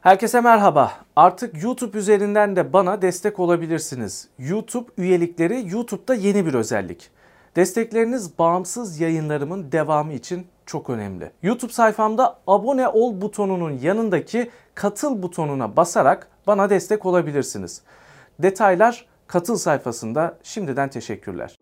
Herkese merhaba. Artık YouTube üzerinden de bana destek olabilirsiniz. YouTube üyelikleri YouTube'da yeni bir özellik. Destekleriniz bağımsız yayınlarımın devamı için çok önemli. YouTube sayfamda abone ol butonunun yanındaki katıl butonuna basarak bana destek olabilirsiniz. Detaylar katıl sayfasında. Şimdiden teşekkürler.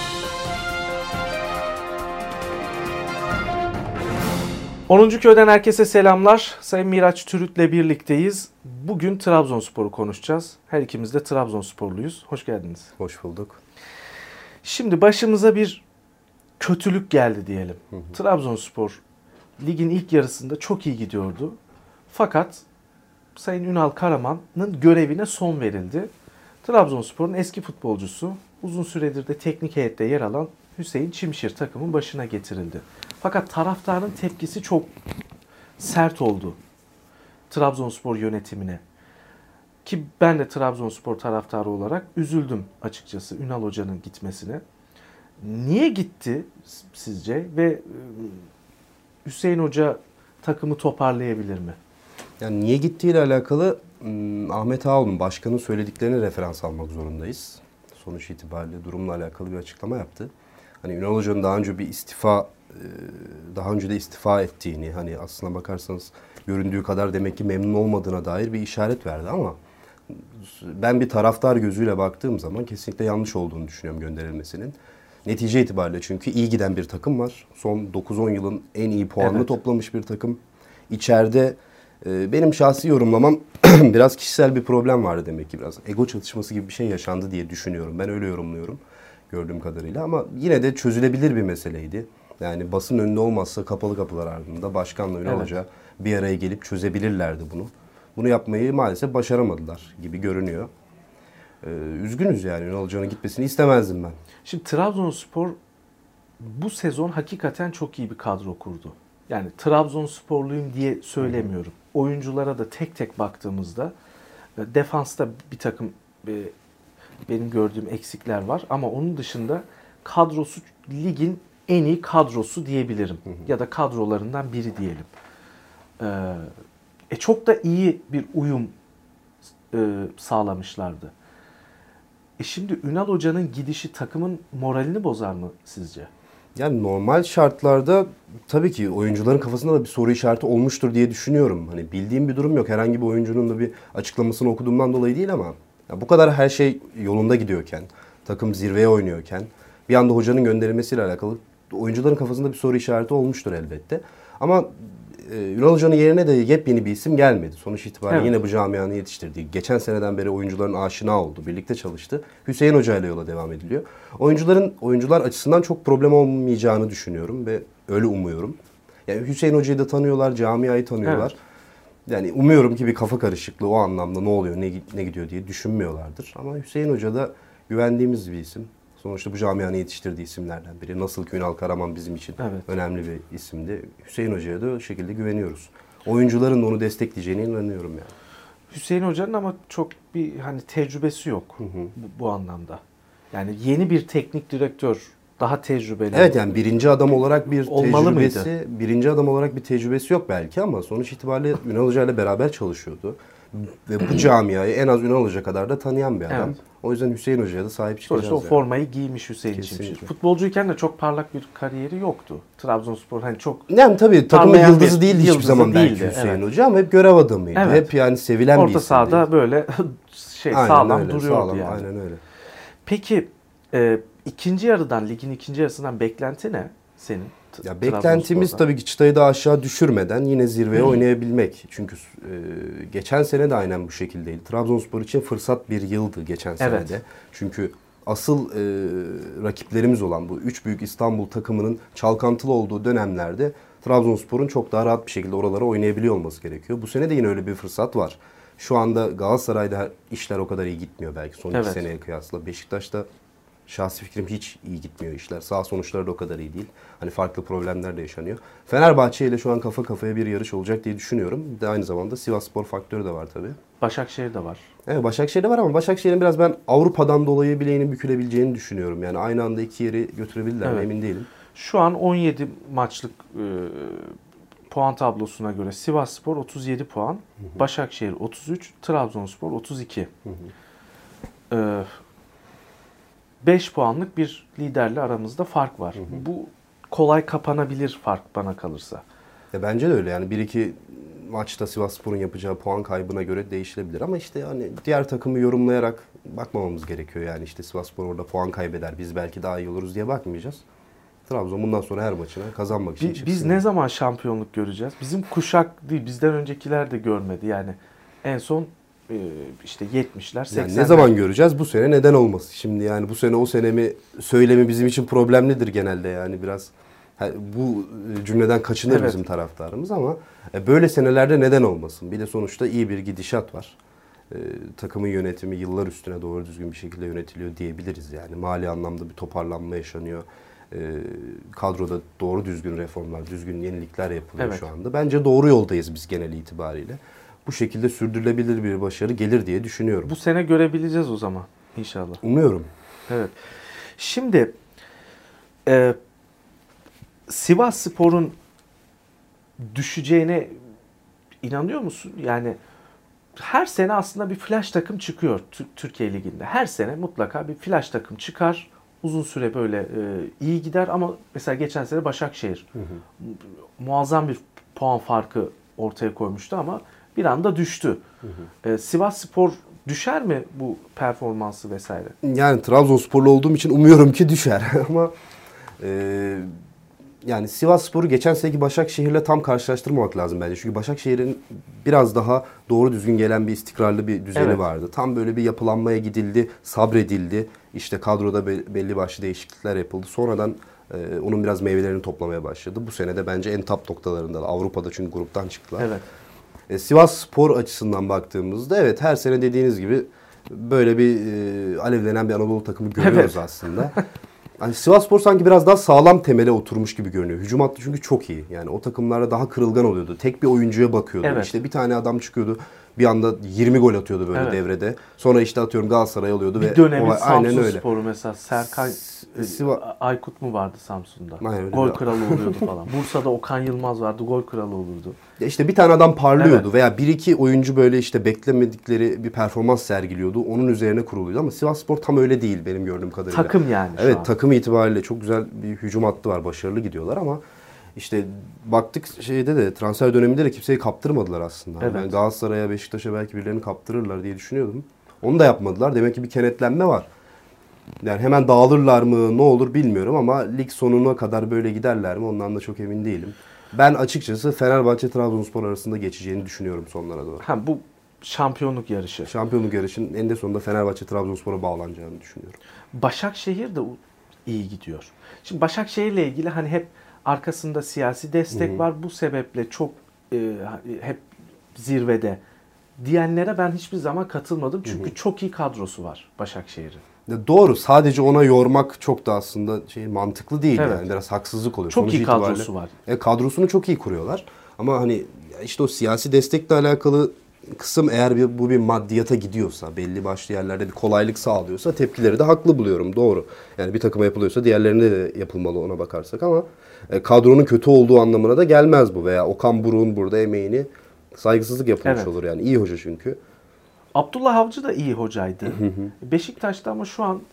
Onuncu Köy'den herkese selamlar. Sayın Miraç Türüt'le birlikteyiz. Bugün Trabzonspor'u konuşacağız. Her ikimiz de Trabzonsporluyuz. Hoş geldiniz. Hoş bulduk. Şimdi başımıza bir kötülük geldi diyelim. Trabzonspor ligin ilk yarısında çok iyi gidiyordu. Fakat Sayın Ünal Karaman'ın görevine son verildi. Trabzonspor'un eski futbolcusu, uzun süredir de teknik heyette yer alan Hüseyin Çimşir takımın başına getirildi. Fakat taraftarın tepkisi çok sert oldu Trabzonspor yönetimine. Ki ben de Trabzonspor taraftarı olarak üzüldüm açıkçası Ünal Hoca'nın gitmesine. Niye gitti sizce ve Hüseyin Hoca takımı toparlayabilir mi? Yani niye gittiğiyle alakalı Ahmet Ağaoğlu'nun başkanın söylediklerini referans almak zorundayız. Sonuç itibariyle durumla alakalı bir açıklama yaptı. Hani Ünal Hoca'nın daha önce de istifa ettiğini, hani aslına bakarsanız göründüğü kadar demek ki memnun olmadığına dair bir işaret verdi ama ben bir taraftar gözüyle baktığım zaman kesinlikle yanlış olduğunu düşünüyorum gönderilmesinin. Netice itibariyle çünkü iyi giden bir takım var. Son 9-10 yılın en iyi puanını toplamış bir takım. İçeride benim şahsi yorumlamam biraz kişisel bir problem vardı demek ki, biraz ego çatışması gibi bir şey yaşandı diye düşünüyorum. Ben öyle yorumluyorum gördüğüm kadarıyla ama yine de çözülebilir bir meseleydi. Yani basın önünde olmazsa kapalı kapılar ardında başkanla Ünal Hoca bir araya gelip çözebilirlerdi bunu. Bunu yapmayı maalesef başaramadılar gibi görünüyor. Üzgünüz yani, Ünal Hoca'nın gitmesini istemezdim ben. Şimdi Trabzonspor bu sezon hakikaten çok iyi bir kadro kurdu. Yani Trabzonsporluyum diye söylemiyorum. Oyunculara da tek tek baktığımızda defansta bir takım benim gördüğüm eksikler var. Ama onun dışında kadrosu ligin en iyi kadrosu diyebilirim. Ya da kadrolarından biri diyelim. Çok da iyi bir uyum sağlamışlardı. Şimdi Ünal Hoca'nın gidişi takımın moralini bozar mı sizce? Yani normal şartlarda tabii ki oyuncuların kafasında da bir soru işareti olmuştur diye düşünüyorum. Hani bildiğim bir durum yok. Herhangi bir oyuncunun da bir açıklamasını okuduğumdan dolayı değil ama bu kadar her şey yolunda gidiyorken, takım zirveye oynuyorken bir anda hocanın gönderilmesiyle alakalı oyuncuların kafasında bir soru işareti olmuştur elbette. Ama Ünal Hoca'nın yerine de yepyeni bir isim gelmedi. Sonuç itibariyle yine bu camianın yetiştirdiği, geçen seneden beri oyuncuların aşina oldu, birlikte çalıştı. Hüseyin Hoca ile yola devam ediliyor. Oyuncular açısından çok problem olmayacağını düşünüyorum ve öyle umuyorum. Yani Hüseyin Hoca'yı da tanıyorlar, camiayı tanıyorlar. Yani umuyorum ki bir kafa karışıklığı o anlamda ne oluyor, ne gidiyor diye düşünmüyorlardır. Ama Hüseyin Hoca da güvendiğimiz bir isim. Sonuçta bu camianın yetiştirdiği isimlerden biri. Nasıl ki Ünal Karaman bizim için önemli bir isimdi. Hüseyin Hoca'ya da o şekilde güveniyoruz. Oyuncuların da onu destekleyeceğine inanıyorum yani. Hüseyin Hoca'nın ama çok bir tecrübesi yok bu anlamda. Yani yeni bir teknik direktör, daha tecrübeli. Evet, yani birinci adam olarak birinci adam olarak bir tecrübesi yok belki ama sonuç itibariyle Ünal Hoca ile beraber çalışıyordu. Ve bu camiayı en az Ünal Hoca kadar da tanıyan bir adam. Evet. O yüzden Hüseyin Hoca'ya da sahip çıkacağız. Sonuçta o formayı giymiş Hüseyin Çimşir. Futbolcuyken de çok parlak bir kariyeri yoktu. Trabzonspor çok... Yani tabii takımın yıldızı değildi hiçbir zaman belki Hüseyin Hoca ama hep görev adamıydı. Evet. Hep yani sevilen bir isimdi. Orta sahada böyle sağlam duruyordu yani. Aynen öyle. Peki ligin ikinci yarısından beklenti ne senin? Ya beklentimiz tabii ki çıtayı da aşağı düşürmeden yine zirveye oynayabilmek. Çünkü geçen sene de aynen bu şekildeydi. Trabzonspor için fırsat bir yıldı geçen senede. Çünkü asıl rakiplerimiz olan bu üç büyük İstanbul takımının çalkantılı olduğu dönemlerde Trabzonspor'un çok daha rahat bir şekilde oralara oynayabiliyor olması gerekiyor. Bu sene de yine öyle bir fırsat var. Şu anda Galatasaray'da işler o kadar iyi gitmiyor belki son 2 seneye kıyasla. Beşiktaş'ta şahsi fikrim hiç iyi gitmiyor işler. Sağ sonuçları da o kadar iyi değil. Hani farklı problemler de yaşanıyor. Fenerbahçe ile şu an kafa kafaya bir yarış olacak diye düşünüyorum. Bir de aynı zamanda Sivasspor faktörü de var tabii. Başakşehir de var. Evet, Başakşehir de var ama Başakşehir'in biraz ben Avrupa'dan dolayı bileğinin bükülebileceğini düşünüyorum. Yani aynı anda iki yeri götürebilirler mi emin değilim. Şu an 17 maçlık puan tablosuna göre Sivasspor 37 puan, Başakşehir 33, Trabzonspor 32. 5 puanlık bir liderle aramızda fark var. Bu kolay kapanabilir fark bana kalırsa. Bence de öyle yani 1-2 maçta Sivasspor'un yapacağı puan kaybına göre değişebilir ama işte hani diğer takımı yorumlayarak bakmamamız gerekiyor yani işte Sivasspor orada puan kaybeder biz belki daha iyi oluruz diye bakmayacağız. Trabzon bundan sonra her maçına kazanmak için çıksın. Biz ne zaman şampiyonluk göreceğiz? Bizim kuşak değil, bizden öncekiler de görmedi yani. En son işte 70'ler, 80'ler. Yani ne zaman göreceğiz? Bu sene neden olmasın? Şimdi yani bu sene o sene mi söylemi bizim için problemlidir genelde yani biraz. Bu cümleden kaçınır bizim taraftarımız ama böyle senelerde neden olmasın? Bir de sonuçta iyi bir gidişat var. Takımın yönetimi yıllar üstüne doğru düzgün bir şekilde yönetiliyor diyebiliriz yani. Mali anlamda bir toparlanma yaşanıyor. Kadroda doğru düzgün reformlar, düzgün yenilikler yapılıyor şu anda. Bence doğru yoldayız biz genel itibariyle. Bu şekilde sürdürülebilir bir başarı gelir diye düşünüyorum. Bu sene görebileceğiz o zaman inşallah. Umuyorum. Evet. Şimdi Sivasspor'un düşeceğine inanıyor musun? Yani her sene aslında bir flash takım çıkıyor Türkiye Ligi'nde. Her sene mutlaka bir flash takım çıkar. Uzun süre böyle iyi gider ama mesela geçen sene Başakşehir muazzam bir puan farkı ortaya koymuştu ama bir anda düştü. Sivasspor düşer mi bu performansı vesaire? Yani Trabzonsporlu olduğum için umuyorum ki düşer ama yani Sivasspor'u geçen seneki Başakşehir'le tam karşılaştırmamak lazım bence. Çünkü Başakşehir'in biraz daha doğru düzgün gelen bir istikrarlı bir düzeni vardı. Tam böyle bir yapılanmaya gidildi, sabredildi. İşte kadroda belli başlı değişiklikler yapıldı. Sonradan onun biraz meyvelerini toplamaya başladı. Bu sene de bence en top noktalarında. Avrupa'da çünkü gruptan çıktılar. Sivasspor açısından baktığımızda evet her sene dediğiniz gibi böyle bir alevlenen bir Anadolu takımı görüyoruz aslında. Yani Sivasspor sanki biraz daha sağlam temele oturmuş gibi görünüyor. Hücum hattı çünkü çok iyi. Yani o takımlarda daha kırılgan oluyordu. Tek bir oyuncuya bakıyordu. İşte bir tane adam çıkıyordu. Bir anda 20 gol atıyordu böyle devrede. Sonra işte atıyorum Galatasaray alıyordu bir ve dönemin Samsunspor'u mesela Serkan Aykut mu vardı Samsun'da? Aynen, gol kralı oluyordu falan. Bursa'da Okan Yılmaz vardı. Gol kralı olurdu. Ya işte bir tane adam parlıyordu veya bir iki oyuncu böyle işte beklemedikleri bir performans sergiliyordu. Onun üzerine kuruluyordu ama Sivasspor tam öyle değil benim gördüğüm kadarıyla. Takım yani Evet takım itibariyle çok güzel bir hücum hattı var. Başarılı gidiyorlar ama işte baktık şeyde de transfer döneminde de kimseyi kaptırmadılar aslında. Ben Galatasaray'a, Beşiktaş'a belki birilerini kaptırırlar diye düşünüyordum. Onu da yapmadılar. Demek ki bir kenetlenme var. Yani hemen dağılırlar mı ne olur bilmiyorum ama lig sonuna kadar böyle giderler mi ondan da çok emin değilim. Ben açıkçası Fenerbahçe-Trabzonspor arasında geçeceğini düşünüyorum sonlara doğru. Bu şampiyonluk yarışı. Şampiyonluk yarışının eninde sonunda Fenerbahçe-Trabzonspor'a bağlanacağını düşünüyorum. Başakşehir de iyi gidiyor. Şimdi Başakşehir'le ilgili hani hep arkasında siyasi destek var. Bu sebeple çok hep zirvede diyenlere ben hiçbir zaman katılmadım. Çünkü çok iyi kadrosu var Başakşehir'in. Doğru. Sadece ona yormak çok da aslında mantıklı değil yani. Biraz haksızlık oluyor. Çok iyi kadrosu var. Kadrosunu çok iyi kuruyorlar. Ama hani işte o siyasi destekle alakalı kısım eğer bu bir maddiyata gidiyorsa, belli başlı yerlerde bir kolaylık sağlıyorsa tepkileri de haklı buluyorum. Doğru. Yani bir takıma yapılıyorsa diğerlerine de yapılmalı ona bakarsak ama kadronun kötü olduğu anlamına da gelmez bu. Veya Okan Buruk'un burada emeğini saygısızlık yapılmış olur yani. İyi hoca çünkü. Abdullah Avcı da iyi hocaydı. Beşiktaş'ta ama şu an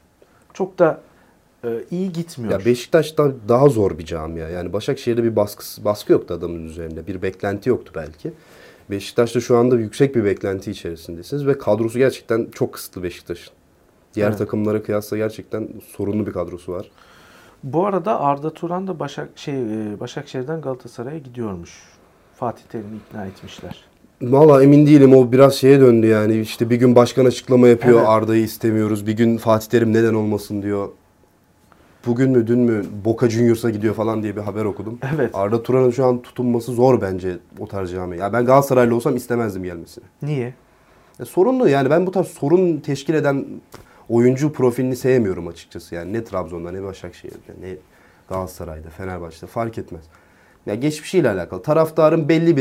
çok da iyi gitmiyor. Ya Beşiktaş'ta daha zor bir camia. Yani Başakşehir'de bir baskı yoktu adamın üzerinde. Bir beklenti yoktu belki. Beşiktaş'ta şu anda yüksek bir beklenti içerisindesiniz ve kadrosu gerçekten çok kısıtlı Beşiktaş'ın. Diğer takımlara kıyasla gerçekten sorunlu bir kadrosu var. Bu arada Arda Turan da Başakşehir'den Galatasaray'a gidiyormuş. Fatih Terim'i ikna etmişler. Valla emin değilim. O biraz şeye döndü yani. İşte bir gün başkan açıklama yapıyor. Arda'yı istemiyoruz. Bir gün Fatih Terim neden olmasın diyor. Bugün mü dün mü Boca Juniors'a gidiyor falan diye bir haber okudum. Arda Turan'ın şu an tutunması zor bence o tarz camia. Ya ben Galatasaraylı olsam istemezdim gelmesini. Niye? Sorunlu yani ben bu tarz sorun teşkil eden oyuncu profilini sevmiyorum açıkçası. Yani ne Trabzon'da ne Başakşehir'de ne Galatasaray'da, Fenerbahçe'de fark etmez. Ya geçmişiyle alakalı. Taraftarın belli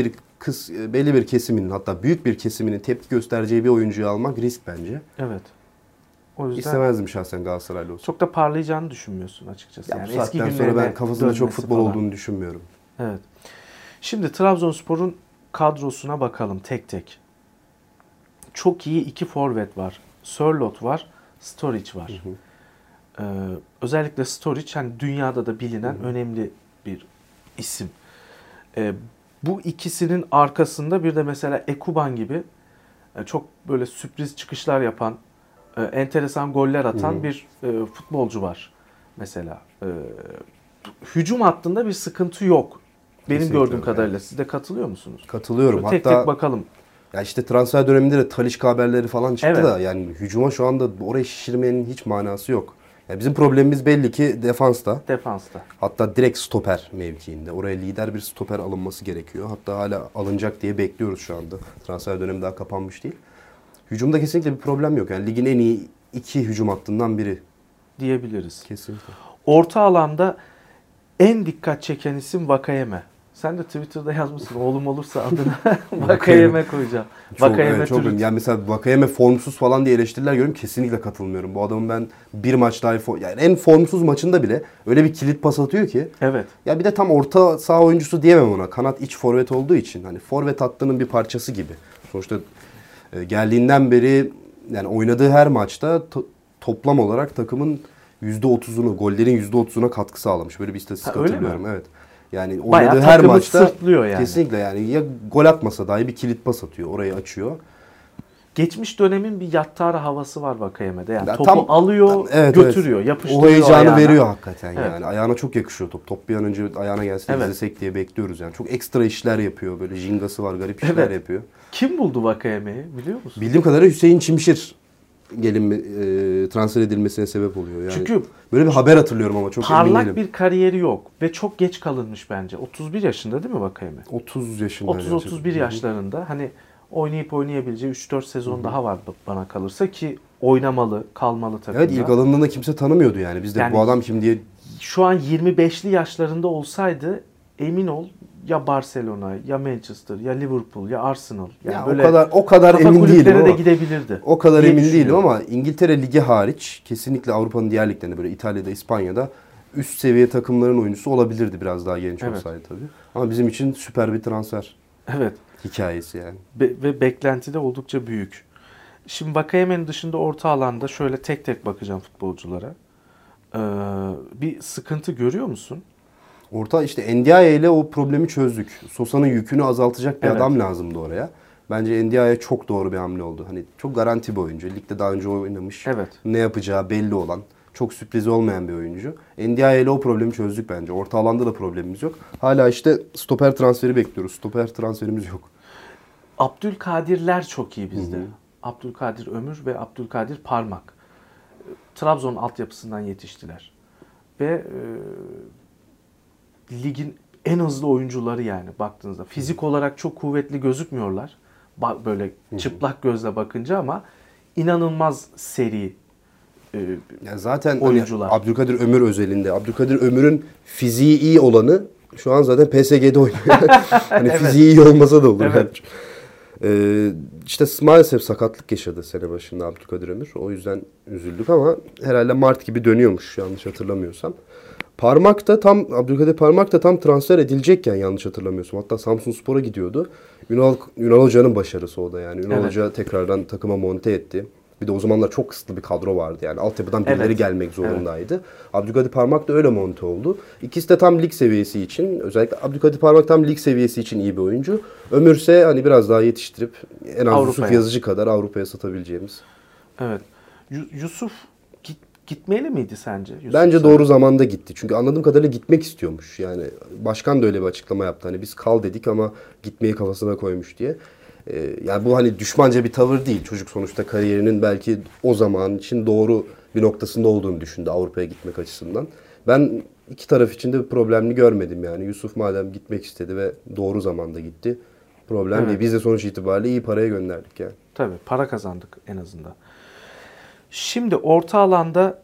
bir kesiminin hatta büyük bir kesiminin tepki göstereceği bir oyuncuyu almak risk bence. Evet. O yüzden İstemezdim şahsen Galatasaraylı olsun. Çok da parlayacağını düşünmüyorsun açıkçası. Yani bu saatten sonra ben kafasında çok futbol olduğunu düşünmüyorum. Evet. Şimdi Trabzonspor'un kadrosuna bakalım tek tek. Çok iyi iki forvet var. Sörloth var, Sturridge var. Özellikle Sturridge hani dünyada da bilinen önemli bir isim. Bu ikisinin arkasında bir de mesela Ekuban gibi çok böyle sürpriz çıkışlar yapan, enteresan goller atan bir futbolcu var mesela. Hücum hattında bir sıkıntı yok. Benim Kesinlikle gördüğüm yok, kadarıyla. evet. Siz de katılıyor musunuz? Katılıyorum. Şöyle tek Hatta tek bakalım. ya işte transfer döneminde de Talisca haberleri falan çıktı Evet. da yani hücuma şu anda orayı şişirmenin hiç manası yok. Yani bizim problemimiz belli ki defansta. Defansta. Hatta direkt stoper mevkiinde. Oraya lider bir stoper alınması gerekiyor. Hatta hala alınacak diye bekliyoruz şu anda. Transfer dönemi daha kapanmış değil. Hücumda kesinlikle bir problem yok. Yani ligin en iyi iki hücum hattından biri. Diyebiliriz. Kesinlikle. Orta alanda en dikkat çeken isim Vakayeme. Sen de Twitter'da yazmışsın. Oğlum olursa adına Vakayeme koyacağım. Vakayeme Evet, çok Türk. yani mesela Vakayeme formsuz falan diye eleştiriler görüyorum. Kesinlikle katılmıyorum. Bu adamın ben bir maç daha yani en formsuz maçında bile öyle bir kilit pas atıyor ki. Evet. Ya bir de tam orta saha oyuncusu diyemem ona. Kanat iç forvet olduğu için hani forvet hattının bir parçası gibi. Sonuçta geldiğinden beri yani oynadığı her maçta toplam olarak takımın %30'unu, gollerin %30'una katkı sağlamış. Böyle bir istatistik Ha, öyle hatırlıyorum. mi? Evet. Yani Bayağı oynadığı her takımı maçta sırtlıyor yani. kesinlikle yani ya gol atmasa dahi bir kilit pas atıyor. Orayı açıyor. Geçmiş dönemin bir yattara havası var Vakayeme'de. Yani Ya topu tam- alıyor, Evet, götürüyor, evet. yapıştırıyor O heyecanı ayağına. veriyor hakikaten Evet. yani. Ayağına çok yakışıyor top. Top bir an önce ayağına gelsin Evet. izlesek diye bekliyoruz yani. Çok ekstra işler yapıyor. Böyle jingası var, garip işler Evet. yapıyor. Kim buldu Vakayeme'yi biliyor musun? Bildiğim kadarıyla Hüseyin Çimşir transfer edilmesine sebep oluyor. Yani Çünkü böyle bir haber hatırlıyorum ama çok emin parlak değilim. bir kariyeri yok ve çok geç kalınmış bence. 31 yaşında değil mi Vakayeme? 30 yaşında. 30-31 yaşlarında hani oynayıp oynayabileceği 3-4 sezon daha var bana kalırsa ki oynamalı, kalmalı takımda. Evet, ilk alındığında kimse tanımıyordu yani. Biz de Yani- bu adam kim diye. Şu an 25'li yaşlarında olsaydı emin ol ya Barcelona, ya Manchester, ya Liverpool, ya Arsenal. Yani Ya böyle o kadar kafa emin değilim kulüplere de ama. gidebilirdi. O kadar diye emin değilim düşünüyorum. ama İngiltere Ligi hariç kesinlikle Avrupa'nın diğer liglerinde böyle İtalya'da, İspanya'da üst seviye takımların oyuncusu olabilirdi biraz daha genç Evet. olsaydı tabii. Ama bizim için süper bir transfer Evet. hikayesi yani. Ve beklenti de oldukça büyük. Şimdi Vakayeme'nin dışında orta alanda şöyle tek tek bakacağım futbolculara. Bir sıkıntı görüyor musun? Orta işte Ndiaye ile o problemi çözdük. Sosa'nın yükünü azaltacak bir Evet. adam lazımdı oraya. Bence Ndiaye çok doğru bir hamle oldu. Hani çok garanti bir oyuncu. Ligde daha önce oynamış. Evet. Ne yapacağı belli olan. Çok sürpriz olmayan bir oyuncu. Ndiaye ile o problemi çözdük bence. Orta alanda da problemimiz yok. Hala işte stoper transferi bekliyoruz. Stoper transferimiz yok. Abdülkadirler çok iyi bizde. Abdülkadir Ömür ve Abdülkadir Parmak. Trabzon altyapısından yetiştiler. Ve ligin en hızlı oyuncuları yani baktığınızda. Fizik olarak çok kuvvetli gözükmüyorlar. Böyle çıplak gözle bakınca ama inanılmaz seri Ya zaten oyuncular. hani Abdülkadir Ömür özelinde. Abdülkadir Ömür'ün fiziği iyi olanı şu an zaten PSG'de oynuyor. Hani fiziği iyi olmasa da olur. Evet. İşte maalesef sakatlık yaşadı sene başında Abdülkadir Ömür. O yüzden üzüldük ama herhalde Mart gibi dönüyormuş yanlış hatırlamıyorsam. Abdülkadir Parmak da tam transfer edilecekken yanlış hatırlamıyorsam. Hatta Samsunspor'a gidiyordu. Ünal Hoca'nın başarısı o da yani. Ünal Evet. Hoca tekrardan takıma monte etti. Bir de o zamanlar çok kısıtlı bir kadro vardı yani. Altyapıdan birileri Evet. gelmek zorundaydı. Abdülkadir Parmak da öyle monte oldu. İkisi de tam lig seviyesi için, özellikle Abdülkadir Parmak tam lig seviyesi için iyi bir oyuncu. Ömürse hani biraz daha yetiştirip en az Yusuf Avrupa'ya. Yazıcı kadar Avrupa'ya satabileceğimiz. Evet. Yusuf gitmeli miydi sence? Yusuf Bence Sarı? doğru zamanda gitti. Çünkü anladığım kadarıyla gitmek istiyormuş. Yani başkan da öyle bir açıklama yaptı. Hani biz kal dedik ama gitmeyi kafasına koymuş diye. Yani bu hani düşmanca bir tavır değil. Çocuk sonuçta kariyerinin belki o zaman için doğru bir noktasında olduğunu düşündü Avrupa'ya gitmek açısından. Ben iki taraf için de bir problemli görmedim yani. Yusuf madem gitmek istedi ve doğru zamanda gitti. Problem Evet. değil. Biz de sonuç itibariyle iyi paraya gönderdik yani. Tabii para kazandık en azından. Şimdi orta alanda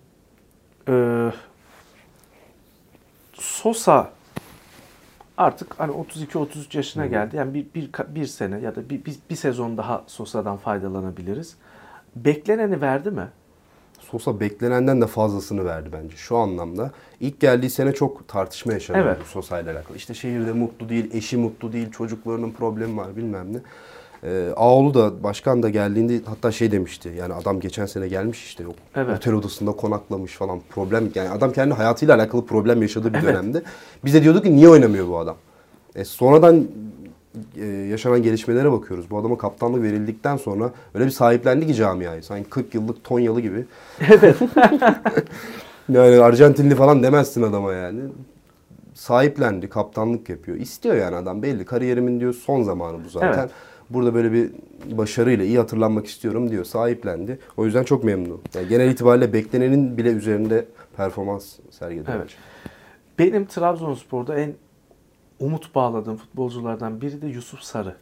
Sosa artık hani 32-33 yaşına geldi. Yani bir sene ya da bir sezon daha Sosa'dan faydalanabiliriz. Bekleneni verdi mi? Sosa beklenenden de fazlasını verdi bence şu anlamda. İlk geldiği sene çok tartışma yaşandı Evet. bu Sosa ile alakalı. İşte şehirde mutlu değil, eşi mutlu değil, çocuklarının problemi var bilmem ne. Ağoğlu da başkan da geldiğinde hatta şey demişti. Yani adam geçen sene gelmiş işte yok. Evet. Otel odasında konaklamış falan problem. Yani adam kendi hayatıyla alakalı problem yaşadığı bir Evet. dönemde. Biz de diyorduk ki niye oynamıyor bu adam? Sonradan yaşanan gelişmelere bakıyoruz. Bu adama kaptanlık verildikten sonra öyle bir sahiplendi ki camiayı. Sanki 40 yıllık Tonyalı gibi. Evet. Yani Arjantinli falan demezsin adama yani. Sahiplendi, kaptanlık yapıyor. İstiyor yani adam belli. Kariyerimin diyor son zamanı bu zaten. Evet. Burada böyle bir başarıyla iyi hatırlanmak istiyorum diyor. Sahiplendi. O yüzden çok memnunum. Yani genel itibariyle beklenenin bile üzerinde performans sergiledi. Evet. Benim Trabzonspor'da en umut bağladığım futbolculardan biri de Yusuf Sarı.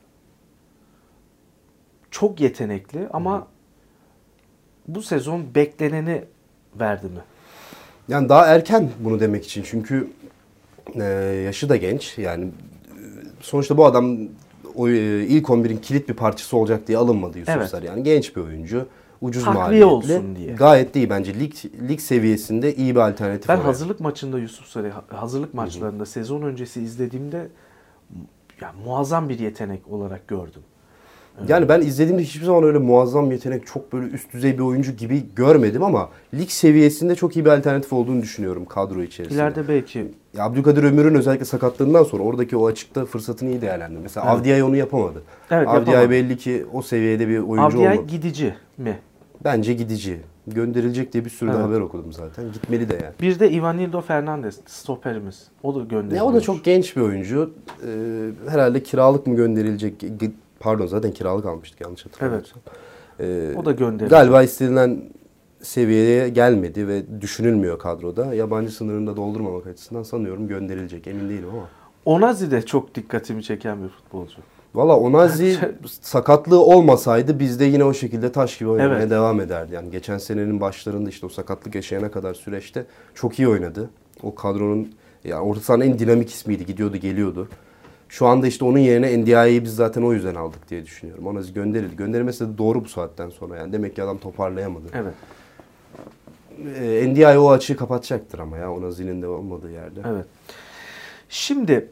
Çok yetenekli ama bu sezon bekleneni verdi mi? Yani daha erken bunu demek için. Çünkü yaşı da genç. Yani sonuçta bu adam ilk 11'in kilit bir parçası olacak diye alınmadı Yusuf Evet. Sarı. Yani genç bir oyuncu. Ucuz Takviye maliyetli. olsun diye. Gayet iyi bence. Lig seviyesinde iyi bir alternatif. Ben oraya. hazırlık maçında Yusuf Sarı, hazırlık maçlarında sezon öncesi izlediğimde yani muazzam bir yetenek olarak gördüm. Yani ben izlediğimde hiçbir zaman öyle muazzam yetenek, çok böyle üst düzey bir oyuncu gibi görmedim ama lig seviyesinde çok iyi bir alternatif olduğunu düşünüyorum kadro içerisinde. İleride belki Ya Abdülkadir Ömür'ün özellikle sakatlığından sonra oradaki o açıkta fırsatını iyi değerlendirdi. Mesela Evet. Avdiay onu yapamadı. Evet, Avdiay yapamadı. belli ki o seviyede bir oyuncu Avdiay olmadı. gidici mi? Bence gidici. Gönderilecek diye bir sürü de Evet. haber okudum zaten. Gitmeli de yani. Bir de Ivanildo Fernandez stoperimiz. O da gönderiliyor. Ya o da çok genç bir oyuncu. Herhalde kiralık mı gönderilecek? Pardon zaten kiralık almıştık yanlış hatırlamıyorsam. O da gönderiliyor. Galiba istenilen seviyeye gelmedi ve düşünülmüyor kadroda. Yabancı sınırını da doldurmamak açısından sanıyorum gönderilecek. Emin değilim ama. Onazi de çok dikkatimi çeken bir futbolcu. Valla Onazi sakatlığı olmasaydı bizde yine o şekilde taş gibi oynamaya Evet. devam ederdi. Yani geçen senenin başlarında işte o sakatlık yaşayana kadar süreçte çok iyi oynadı. O kadronun yani orta sahanın en dinamik ismiydi. Gidiyordu geliyordu. Şu anda işte onun yerine Ndiaye'yi biz zaten o yüzden aldık diye düşünüyorum. Onazi gönderildi. Gönderilmesi de doğru bu saatten sonra yani. Demek ki adam toparlayamadı. Evet. Ndiaye o açığı kapatacaktır ama ya Onazi'nin de olmadığı yerde. Evet. Şimdi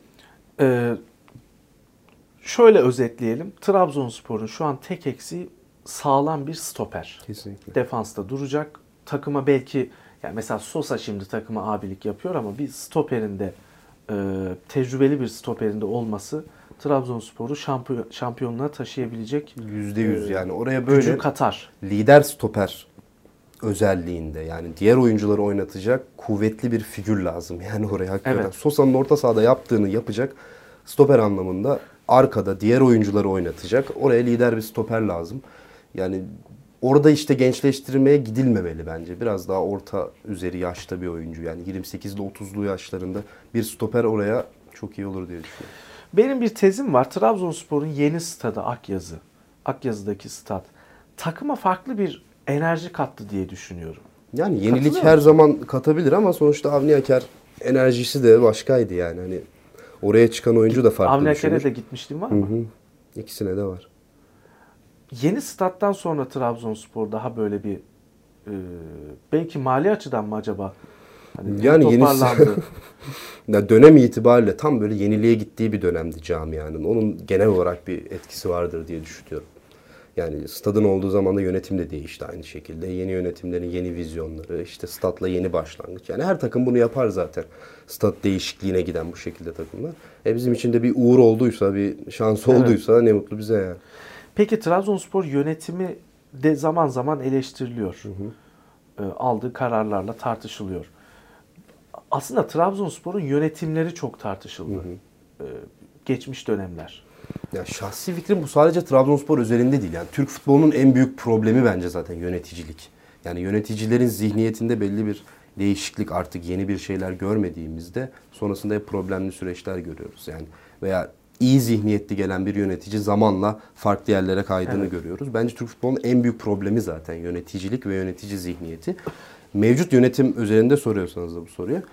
şöyle özetleyelim. Trabzonspor'un şu an tek eksiği sağlam bir stoper. Kesinlikle. Defansta duracak. Takıma belki yani mesela Sosa şimdi takıma abilik yapıyor ama bir stoperinde tecrübeli bir stoperinde olması Trabzonspor'u şampiyonluğa taşıyabilecek %100 yani oraya gücü böyle katar. lider stoper özelliğinde yani diğer oyuncuları oynatacak kuvvetli bir figür lazım. Yani oraya hakikaten Evet. Sosa'nın orta sahada yaptığını yapacak stoper anlamında arkada diğer oyuncuları oynatacak. Oraya lider bir stoper lazım. Yani orada işte gençleştirmeye gidilmemeli bence. Biraz daha orta üzeri yaşta bir oyuncu. Yani 28'li 30'lu yaşlarında bir stoper oraya çok iyi olur diye düşünüyorum. Benim bir tezim var. Trabzonspor'un yeni stadı Akyazı. Akyazı'daki stat. Takıma farklı bir enerji kattı diye düşünüyorum. Yani yenilik Katılıyor her musun? zaman katabilir ama sonuçta Avni Aker enerjisi de başkaydı yani. Hani oraya çıkan oyuncu da farklı Avni düşünür. Aker'e de gitmişliğin var Hı mı? hı. İkisine de var. Yeni stat'tan sonra Trabzonspor daha böyle bir belki mali açıdan mı acaba? Hani Yani toparlandı. Ya dönem itibariyle tam böyle yeniliğe gittiği bir dönemdi camianın. Onun genel olarak bir etkisi vardır diye düşünüyorum. Yani stadın olduğu zaman da yönetim de değişti aynı şekilde. Yeni yönetimlerin yeni vizyonları, işte stadla yeni başlangıç. Yani her takım bunu yapar zaten. Stat değişikliğine giden bu şekilde takımlar. Bizim için de bir uğur olduysa, bir şans Evet. olduysa ne mutlu bize yani. Peki Trabzonspor yönetimi de zaman zaman eleştiriliyor. Aldığı kararlarla tartışılıyor. Aslında Trabzonspor'un yönetimleri çok tartışıldı. Geçmiş dönemler. Ya şahsi fikrim bu sadece Trabzonspor özelinde değil. Yani Türk futbolunun en büyük problemi bence zaten yöneticilik. Yani yöneticilerin zihniyetinde belli bir değişiklik artık yeni bir şeyler görmediğimizde sonrasında hep problemli süreçler görüyoruz. Yani veya iyi zihniyetli gelen bir yönetici zamanla farklı yerlere kaydığını görüyoruz. Bence Türk futbolunun en büyük problemi zaten yöneticilik ve yönetici zihniyeti. Mevcut yönetim üzerinde soruyorsanız da bu soruyu.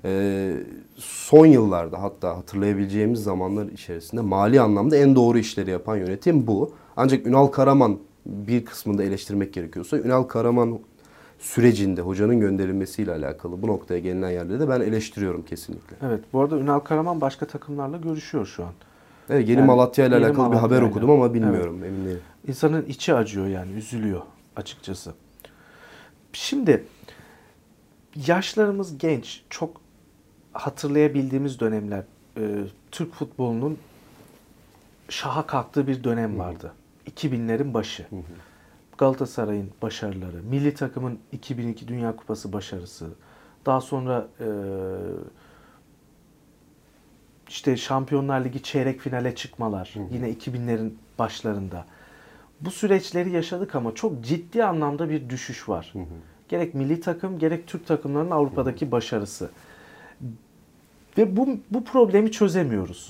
Son yıllarda hatta hatırlayabileceğimiz zamanlar içerisinde mali anlamda en doğru işleri yapan yönetim bu. Ancak Ünal Karaman bir kısmında eleştirmek gerekiyorsa Ünal Karaman sürecinde hocanın gönderilmesiyle alakalı bu noktaya gelinen yerleri de ben eleştiriyorum kesinlikle. Evet, bu arada Ünal Karaman başka takımlarla görüşüyor şu an. Evet, Yeni Yani Malatya ile Yeni alakalı bir haber Malatya'yla. okudum ama bilmiyorum, emin değilim. İnsanın içi acıyor yani, üzülüyor açıkçası. Şimdi yaşlarımız genç, çok hatırlayabildiğimiz dönemler, Türk futbolunun şaha kalktığı bir dönem vardı. 2000'lerin başı. Galatasaray'ın başarıları, milli takımın 2002 Dünya Kupası başarısı, daha sonra işte Şampiyonlar Ligi çeyrek finale çıkmalar, yine 2000'lerin başlarında. Bu süreçleri yaşadık ama çok ciddi anlamda bir düşüş var. Gerek milli takım, gerek Türk takımlarının Avrupa'daki başarısı. Ve bu problemi çözemiyoruz.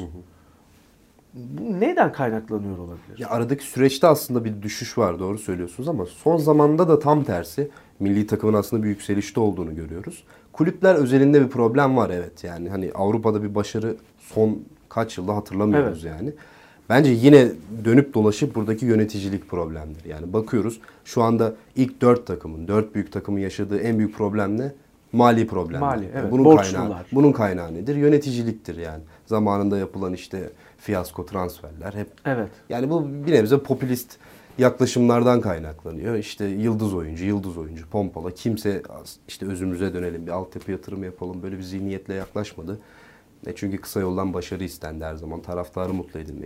Bu neden kaynaklanıyor olabilir? Ya aradaki süreçte aslında bir düşüş var, doğru söylüyorsunuz, ama son zamanda da tam tersi. Milli takımın aslında bir yükselişte olduğunu görüyoruz. Kulüpler özelinde bir problem var, evet. Yani hani Avrupa'da bir başarı son kaç yılda hatırlamıyoruz yani. Bence yine dönüp dolaşıp buradaki yöneticilik problemdir. Yani bakıyoruz şu anda ilk 4 büyük takımın yaşadığı en büyük problem ne? Mali problemler. Mali, evet. Bunun kaynağı nedir? Yöneticiliktir yani. Zamanında yapılan işte fiyasko transferler hep. Evet. Yani bu bir nebze popülist yaklaşımlardan kaynaklanıyor. İşte yıldız oyuncu, pompala. Kimse işte özümüze dönelim, bir altyapı yatırımı yapalım, böyle bir zihniyetle yaklaşmadı. Çünkü kısa yoldan başarı istendi her zaman. Taraftarı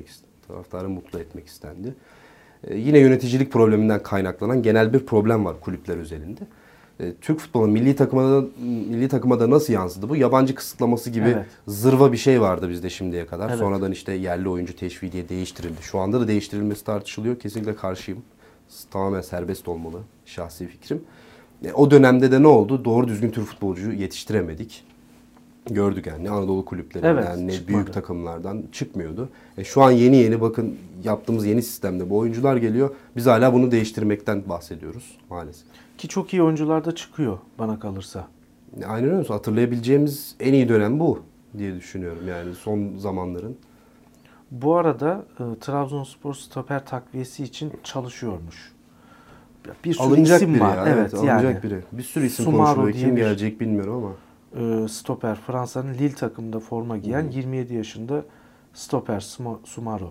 mutlu etmek istendi. Yine yöneticilik probleminden kaynaklanan genel bir problem var kulüpler özelinde. Türk futbolunun milli takıma da nasıl yansıdı bu? Yabancı kısıtlaması gibi zırva bir şey vardı bizde şimdiye kadar. Evet. Sonradan işte yerli oyuncu teşviği diye değiştirildi. Şu anda da değiştirilmesi tartışılıyor. Kesinlikle karşıyım. Tamamen serbest olmalı, şahsi fikrim. O dönemde de ne oldu? Doğru düzgün Türk futbolcuyu yetiştiremedik. Gördük yani Anadolu kulüplerinden, büyük takımlardan çıkmıyordu. Şu an yeni bakın yaptığımız yeni sistemde bu oyuncular geliyor. Biz hala bunu değiştirmekten bahsediyoruz maalesef. Ki çok iyi oyuncular da çıkıyor bana kalırsa. Aynen öyle. Hatırlayabileceğimiz en iyi dönem bu diye düşünüyorum yani son zamanların. Bu arada Trabzonspor stoper takviyesi için çalışıyormuş. Bir sürü alınacak isim biri var. Ya, evet, alınacak yani. biri. Bir sürü isim Sumaro konuşuluyor. Kim gelecek bilmiyorum ama. Stoper, Fransa'nın Lille takımında forma giyen 27 yaşında stoper Sumaro.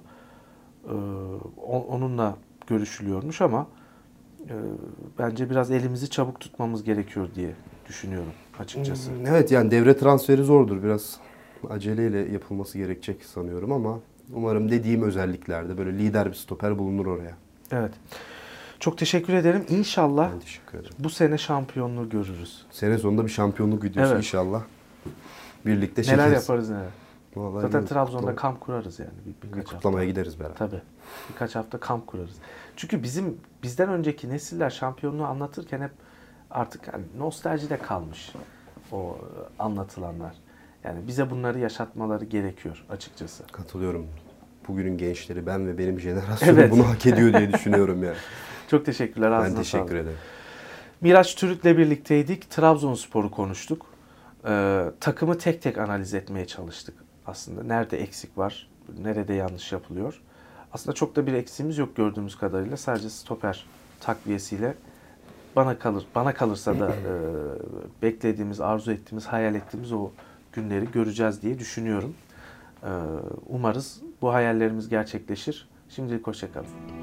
Onunla görüşülüyormuş ama bence biraz elimizi çabuk tutmamız gerekiyor diye düşünüyorum açıkçası. Evet, yani devre transferi zordur. Biraz aceleyle yapılması gerekecek sanıyorum ama umarım dediğim özelliklerde böyle lider bir stoper bulunur oraya. Evet. Çok teşekkür ederim. İnşallah Ben teşekkür ederim. bu sene şampiyonluğu görürüz. Sene sonunda bir şampiyonluk videosu inşallah. Birlikte çekeriz. Neler yaparız neler. Vallahi zaten Trabzon'da kamp kurarız yani. Birkaç kutlamaya hafta. Gideriz beraber. Tabii. Birkaç hafta kamp kurarız. Çünkü bizden önceki nesiller şampiyonluğu anlatırken hep artık hani nostaljide kalmış o anlatılanlar. Yani bize bunları yaşatmaları gerekiyor açıkçası. Katılıyorum. Bugünün gençleri, ben ve benim jenerasyonum bunu hak ediyor diye düşünüyorum yani. Çok teşekkürler. Ben teşekkür ederim. Miraç Türüt'le birlikteydik. Trabzonspor'u konuştuk. Takımı tek tek analiz etmeye çalıştık aslında. Nerede eksik var, nerede yanlış yapılıyor. Aslında çok da bir eksiğimiz yok gördüğümüz kadarıyla. Sadece stoper takviyesiyle bana kalırsa da beklediğimiz, arzu ettiğimiz, hayal ettiğimiz o günleri göreceğiz diye düşünüyorum. Umarız bu hayallerimiz gerçekleşir. Şimdilik hoşça kalın.